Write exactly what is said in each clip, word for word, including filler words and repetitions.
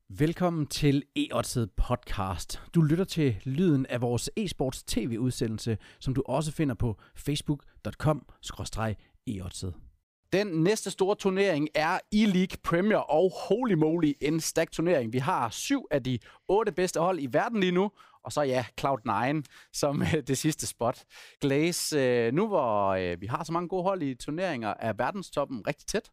Velkommen til eOdds podcast. Du lytter til lyden af vores e-sports tv-udsendelse, som du også finder på facebook punktum com skråstreg eodds. Den næste store turnering er E-League Premier, og holy moly, en stærk turnering. Vi har syv af de otte bedste hold i verden lige nu, og så ja, Cloud nine som det sidste spot. Glaze, nu hvor vi har så mange gode hold i turneringer, er verdenstoppen rigtig tæt?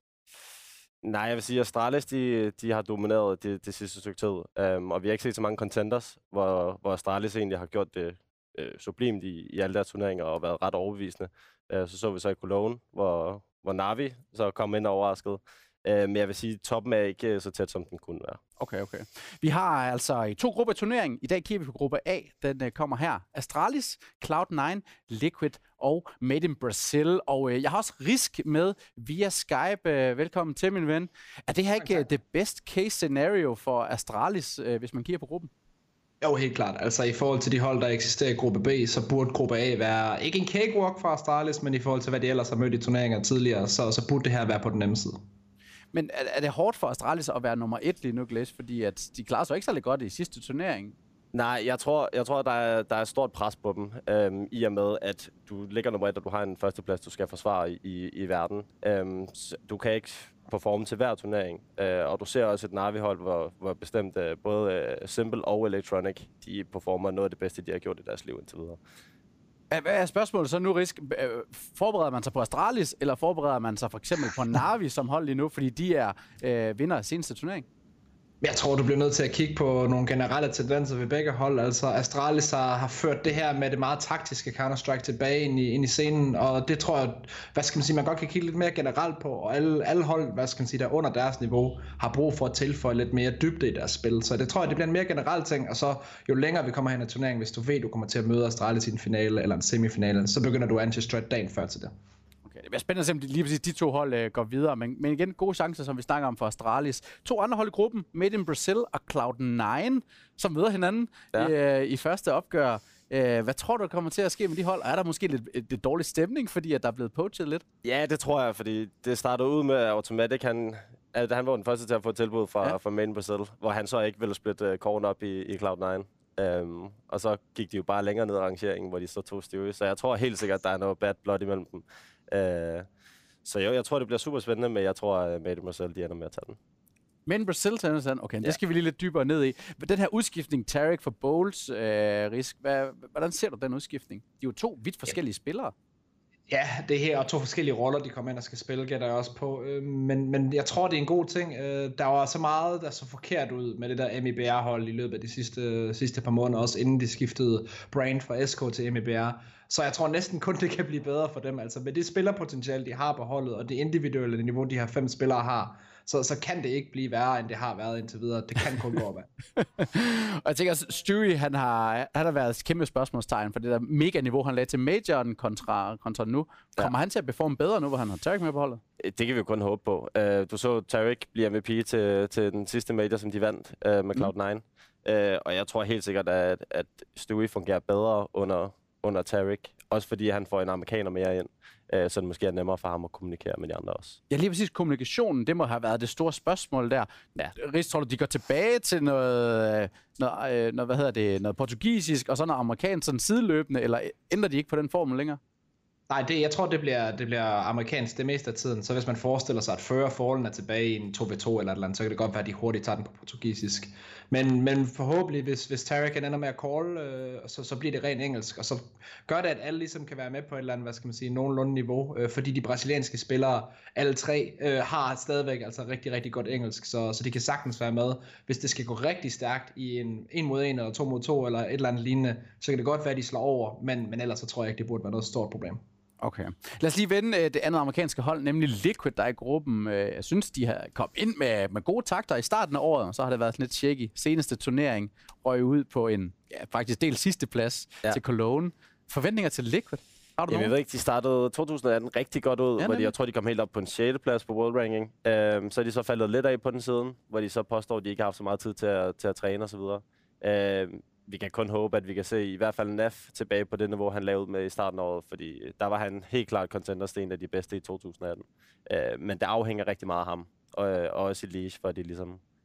Nej, jeg vil sige, at Astralis de, de har domineret det, det sidste stykke tid. Um, og vi har ikke set så mange contenders, hvor, hvor Astralis egentlig har gjort det uh, sublimt i, i alle deres turneringer og været ret overbevisende. Uh, så så vi så i Cologne, hvor, hvor Navi så kom ind og overrasket. Uh, men jeg vil sige, at toppen er ikke så tæt, som den kunne være. Okay, okay. Vi har altså i to grupper i turneringen. I dag kigger vi på gruppe A. Den uh, kommer her. Astralis, Cloud nine, Liquid og Made in Brazil. Og uh, jeg har også Risk med via Skype. Uh, velkommen til, min ven. Er det her ikke uh, det best case scenario for Astralis, uh, hvis man kigger på gruppen? Jo, helt klart. Altså i forhold til de hold, der eksisterer i gruppe B, så burde gruppe A være ikke en cakewalk for Astralis, men i forhold til, hvad de ellers har mødt i turneringer tidligere, så, så burde det her være på den nemme side. Men er, er det hårdt for Astralis at være nummer et lige nu, Glaze? Fordi at de klarer sig ikke særlig godt i sidste turnering. Nej, jeg tror, jeg tror der, er, der er et stort pres på dem, øhm, i og med, at du ligger nummer et, og du har en førsteplads, du skal forsvare i, i, i verden. Øhm, du kan ikke performe til hver turnering, øh, og du ser også et Navi-hold, hvor, hvor bestemt øh, både øh, Simple og Electronic, de performer noget af det bedste, de har gjort i deres liv indtil videre. Hvad er spørgsmålet så nu, Risk? Forbereder man sig på Astralis, eller forbereder man sig for eksempel på Navi som hold lige nu, fordi de er øh, vinder af seneste turnering? Jeg tror, du bliver nødt til at kigge på nogle generelle tendenser ved begge hold. Altså Astralis har, har ført det her med det meget taktiske Counter-Strike tilbage ind i, ind i scenen, og det tror jeg, hvad skal man sige, man godt kan kigge lidt mere generelt på, og alle, alle hold, hvad skal man sige, der under deres niveau, har brug for at tilføje lidt mere dybde i deres spil. Så det tror jeg, det bliver en mere generel ting, og så jo længere vi kommer hen i turneringen, hvis du ved, du kommer til at møde Astralis i en finale eller en semifinale, så begynder du anti-strat dagen før til det. Okay, det bliver spændende at se, om de, lige præcis de to hold øh, går videre, men, men igen, gode chancer, som vi snakker om for Astralis. To andre hold i gruppen, Made in Brazil og Cloud nine, som møder hinanden ja. i, øh, i første opgør. Øh, hvad tror du, der kommer til at ske med de hold? Er der måske lidt, lidt dårlig stemning, fordi at der er blevet poachet lidt? Ja, det tror jeg, fordi det startede ud med Automatic. Han, altså, han var den første til at få et tilbud fra, ja. fra Made in Brazil, hvor han så ikke ville splitte uh, korn op i, i Cloud nine. Um, og så gik de jo bare længere ned i rangeringen, hvor de så tog Stewie. Så jeg tror helt sikkert, at der er noget bad blood imellem dem. Uh, så jo, jeg tror, det bliver super spændende, men jeg tror, at Made in Brazil, de ender med at tage den. Men Brazil tager den. Okay, ja. det skal vi lige lidt dybere ned i. Den her udskiftning, Tarik for Bowls, øh, Risk, hvad, hvordan ser du den udskiftning? De er jo to vidt forskellige ja. spillere. Ja, det her og to forskellige roller, de kommer ind og skal spille, gætter jeg også på. Men, men jeg tror, det er en god ting. Der var så meget, der så forkert ud med det der M I B R-hold i løbet af de sidste, sidste par måneder, også inden de skiftede brand fra S K til M I B R. Så jeg tror næsten kun, det kan blive bedre for dem. Altså med det spillerpotentiale, de har på holdet, og det individuelle niveau, de her fem spillere har, så, så kan det ikke blive værre, end det har været indtil videre. Det kan kun gå opad. Og jeg tænker, at Stewie, han har, han har været et kæmpe spørgsmålstegn for det der mega niveau, han lagde til majoren kontra, kontra nu. Kommer ja. han til at performe bedre nu, hvor han har Tarik med på holdet? Det kan vi jo kun håbe på. Uh, du så Tarik blive M V P til, til den sidste major, som de vandt uh, med Cloud nine. Mm. Uh, og jeg tror helt sikkert, at, at Stewie fungerer bedre under, under Tarik. Også fordi han får en amerikaner mere ind. Uh, så det måske er nemmere for ham at kommunikere med de andre også. Ja, lige præcis kommunikationen, det må have været det store spørgsmål der. Ja, Rigs, tror du, de går tilbage til noget, noget, noget, hvad hedder det, noget portugisisk og så noget amerikansk sådan sideløbende, eller ændrer de ikke på den formel længere? Nej, det, jeg tror, det bliver, det bliver amerikansk det meste af tiden. Så hvis man forestiller sig, at fører forholdene er tilbage i en to v to eller et eller andet, så kan det godt være, at de hurtigt tager den på portugisisk. Men, men forhåbentlig, hvis, hvis Tarik ender med at call, øh, så, så bliver det rent engelsk. Og så gør det, at alle ligesom kan være med på et eller andet, hvad skal man sige, nogenlunde niveau. Øh, fordi de brasilianske spillere, alle tre, øh, har stadigvæk altså rigtig, rigtig godt engelsk. Så, så de kan sagtens være med. Hvis det skal gå rigtig stærkt i en en mod en eller to mod to eller et eller andet lignende, så kan det godt være, at de slår over. Men, men ellers så tror jeg ikke, det burde være noget stort problem. Okay. Lad os lige vende det andet amerikanske hold, nemlig Liquid, der er i gruppen. Jeg synes, de har kommet ind med, med gode takter i starten af året, og så har det været sådan lidt shaky. Seneste turnering røg ud på en ja, faktisk del sidste plads ja. til Cologne. Forventninger til Liquid? Har du Jamen, jeg ved ikke, de startede to tusind atten rigtig godt ud, ja, hvor de, jeg tror, de kom helt op på en sjette plads på World Ranking. Um, så er de så faldet lidt af på den siden, hvor de så påstår, at de ikke har haft så meget tid til at, til at træne osv. Uh, vi kan kun håbe, at vi kan se i hvert fald Nef tilbage på det niveau, han lavede med i starten af året, fordi der var han helt klart contendersten af de bedste i to tusind atten. Uh, men det afhænger rigtig meget af ham, og, og også i Liege, for at de ligesom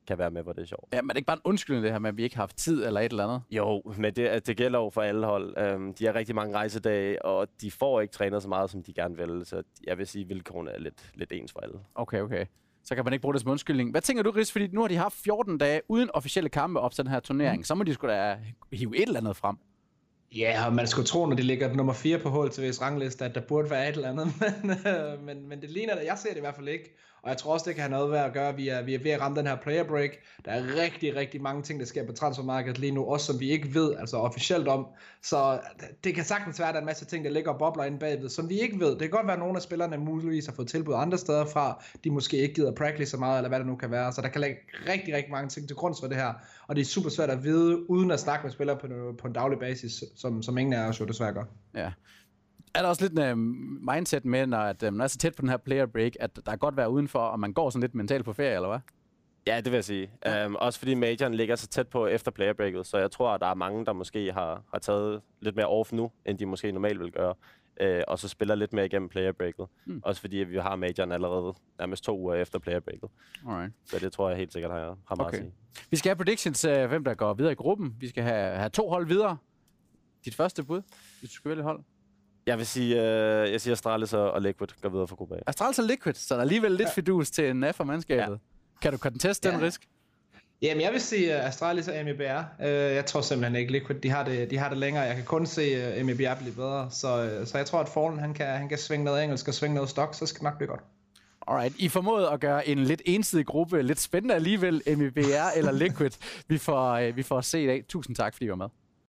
kan være med, hvor det er sjovt. Ja, men det er ikke bare en undskyldning, det her med, at vi ikke har haft tid eller et eller andet? Jo, men det, det gælder jo for alle hold. Um, de har rigtig mange rejsedage, og de får ikke trænet så meget, som de gerne vil. Så jeg vil sige, at vilkårene er lidt, lidt ens for alle. Okay, okay. Så kan man ikke bruge det som undskyldning. Hvad tænker du, Rids? Fordi nu har de haft fjorten dage uden officielle kampe op til den her turnering. Mm. Så må de sgu da hive et eller andet frem. Ja, og man skulle tro, når de ligger nummer fire på H L T V's rangliste, at der burde være et eller andet, men, men, men det ligner det. Jeg ser det i hvert fald ikke, og jeg tror også, det kan have noget med at gøre, at vi er, vi er ved at ramme den her player break. Der er rigtig, rigtig mange ting, der sker på transfermarkedet lige nu, også som vi ikke ved, altså officielt om. Så det kan sagtens være, at der er en masse ting, der ligger og bobler inde bagved, som vi ikke ved. Det kan godt være, at nogle af spillerne muligvis har fået tilbud andre steder fra, de måske ikke gider practice så meget, eller hvad det nu kan være. Så der kan ligge rigtig, rigtig mange ting til grund for det her, og det er super svært at vide, uden at snakke med spillere på, på en daglig basis, som, som ingen af os jo desværre gør. Ja. Er der også lidt en uh, mindset med, når at, um, man er så tæt på den her player break, at der er godt være udenfor, og man går sådan lidt mentalt på ferie, eller hvad? Ja, det vil jeg sige. Ja. Um, også fordi majoren ligger så tæt på efter player breaket, så jeg tror, at der er mange, der måske har, har taget lidt mere off nu, end de måske normalt vil gøre, uh, og så spiller lidt mere igennem player breaket. Hmm. Også fordi vi har majoren allerede nærmest to uger efter player breaket. Alright. Så det tror jeg helt sikkert har, har meget okay. at sige. Vi skal have predictions, uh, hvem der går videre i gruppen. Vi skal have, have to hold videre. Dit første bud, hvis du skal vælge hold. Jeg vil sige, øh, jeg siger Astralis og Liquid går videre for gruppe A. Astralis og Liquid, så der er alligevel lidt ja. fidus til en F mandskabet. Ja. Kan du conteste ja. den risk? Jamen, jeg vil sige uh, Astralis og M E B R. Uh, jeg tror simpelthen ikke Liquid. De har det, de har det længere. Jeg kan kun se uh, M E B R blive bedre. Så, uh, så jeg tror, at Fallen han kan, han kan svinge noget engelsk og svinge noget stok, så skal det nok blive godt. Alright, I formåede at gøre en lidt ensidig gruppe lidt spændende alligevel, M E B R eller Liquid. Vi får, uh, vi får se i dag. Tusind tak, fordi I var med.